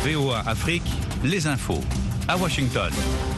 VOA Afrique, les infos. À Washington.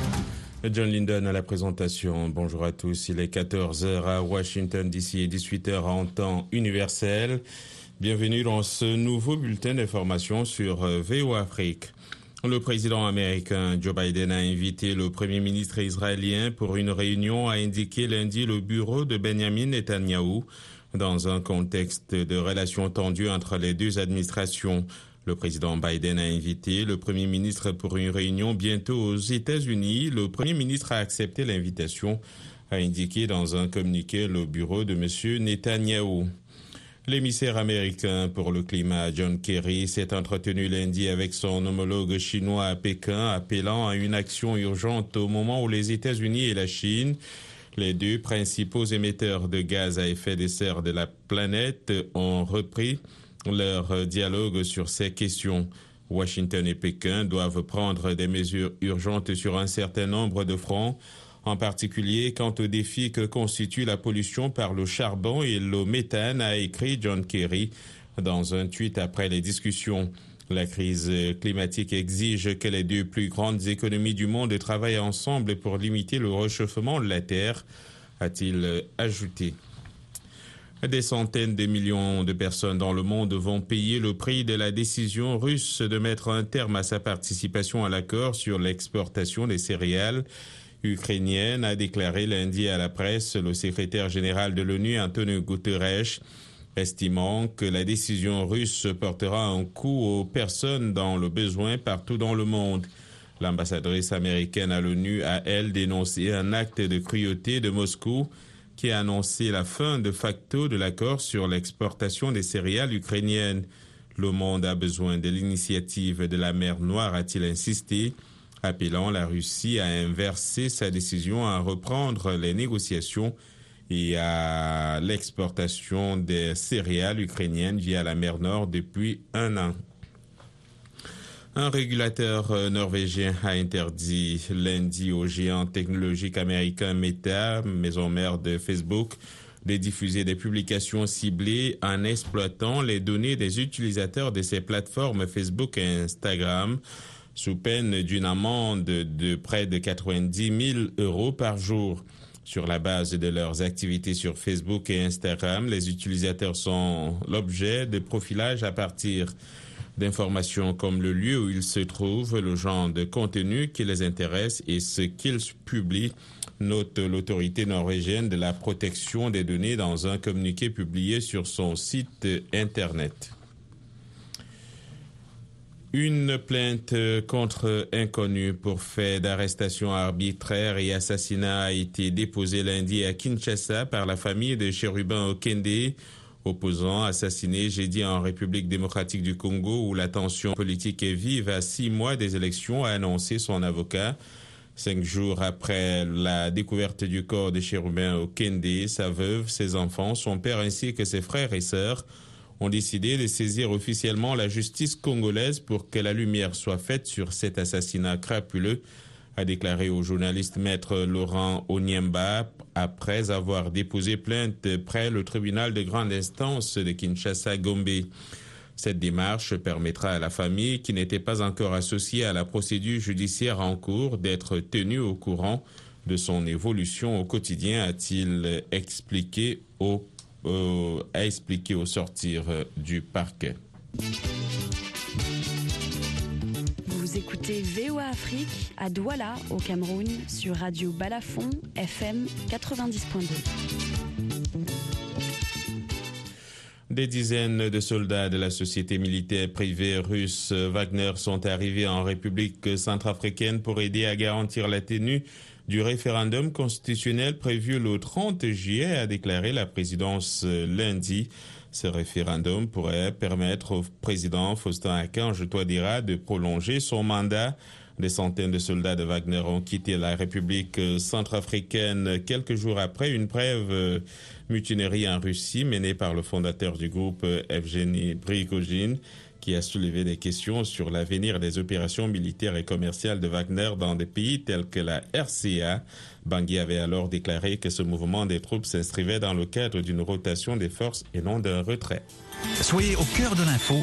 John Linden à la présentation. Bonjour à tous. Il est 14h à Washington DC et 18h en temps universel. Bienvenue dans ce nouveau bulletin d'information sur VOA Afrique. Le président américain Joe Biden a invité le premier ministre israélien pour une réunion, a indiqué lundi le bureau de Benjamin Netanyahou, dans un contexte de relations tendues entre les deux administrations. Le président Biden a invité le premier ministre pour une réunion bientôt aux États-Unis. Le premier ministre a accepté l'invitation, a indiqué dans un communiqué le bureau de M. Netanyahou. L'émissaire américain pour le climat, John Kerry, s'est entretenu lundi avec son homologue chinois à Pékin, appelant à une action urgente au moment où les États-Unis et la Chine, les deux principaux émetteurs de gaz à effet de serre de la planète, ont repris leur dialogue sur ces questions. Washington et Pékin doivent prendre des mesures urgentes sur un certain nombre de fronts, en particulier quant aux défis que constitue la pollution par le charbon et le méthane, a écrit John Kerry dans un tweet après les discussions. La crise climatique exige que les deux plus grandes économies du monde travaillent ensemble pour limiter le réchauffement de la Terre, a-t-il ajouté. Des centaines de millions de personnes dans le monde vont payer le prix de la décision russe de mettre un terme à sa participation à l'accord sur l'exportation des céréales ukrainiennes, a déclaré lundi à la presse le secrétaire général de l'ONU, Antonio Guterres, estimant que la décision russe portera un coup aux personnes dans le besoin partout dans le monde. L'ambassadrice américaine à l'ONU a, elle, dénoncé un acte de cruauté de Moscou qui a annoncé la fin de facto de l'accord sur l'exportation des céréales ukrainiennes. Le monde a besoin de l'initiative de la mer Noire, a-t-il insisté, appelant la Russie à inverser sa décision à reprendre les négociations et à l'exportation des céréales ukrainiennes via la mer Nord depuis un an. Un régulateur norvégien a interdit lundi au géant technologique américain Meta, maison mère de Facebook, de diffuser des publications ciblées en exploitant les données des utilisateurs de ses plateformes Facebook et Instagram, sous peine d'une amende de près de 90 000 € par jour. Sur la base de leurs activités sur Facebook et Instagram, les utilisateurs sont l'objet de profilage à partir d'informations comme le lieu où ils se trouvent, le genre de contenu qui les intéresse et ce qu'ils publient, note l'autorité norvégienne de la protection des données dans un communiqué publié sur son site Internet. Une plainte contre inconnu pour fait d'arrestation arbitraire et assassinat a été déposée lundi à Kinshasa par la famille de Chérubin Okende, opposant assassiné jeudi en République démocratique du Congo où la tension politique est vive à 6 mois des élections, a annoncé son avocat. 5 jours après la découverte du corps de Chérubin Okende, sa veuve, ses enfants, son père ainsi que ses frères et sœurs ont décidé de saisir officiellement la justice congolaise pour que la lumière soit faite sur cet assassinat crapuleux, a déclaré au journaliste maître Laurent Onyemba après avoir déposé plainte près le tribunal de grande instance de Kinshasa-Gombe. Cette démarche permettra à la famille, qui n'était pas encore associée à la procédure judiciaire en cours, d'être tenue au courant de son évolution au quotidien, a-t-il expliqué au sortir du parquet. Vous écoutez VOA Afrique à Douala, au Cameroun, sur Radio Balafon, FM 90.2. Des dizaines de soldats de la société militaire privée russe Wagner sont arrivés en République centrafricaine pour aider à garantir la tenue du référendum constitutionnel prévu le 30 juillet, a déclaré la présidence lundi. Ce référendum pourrait permettre au président Faustin-Archange Touadéra de prolonger son mandat. Des centaines de soldats de Wagner ont quitté la République centrafricaine quelques jours après une brève mutinerie en Russie menée par le fondateur du groupe Evgeny Prigojine, qui a soulevé des questions sur l'avenir des opérations militaires et commerciales de Wagner dans des pays tels que la RCA. Bangui avait alors déclaré que ce mouvement des troupes s'inscrivait dans le cadre d'une rotation des forces et non d'un retrait. Soyez au cœur de l'info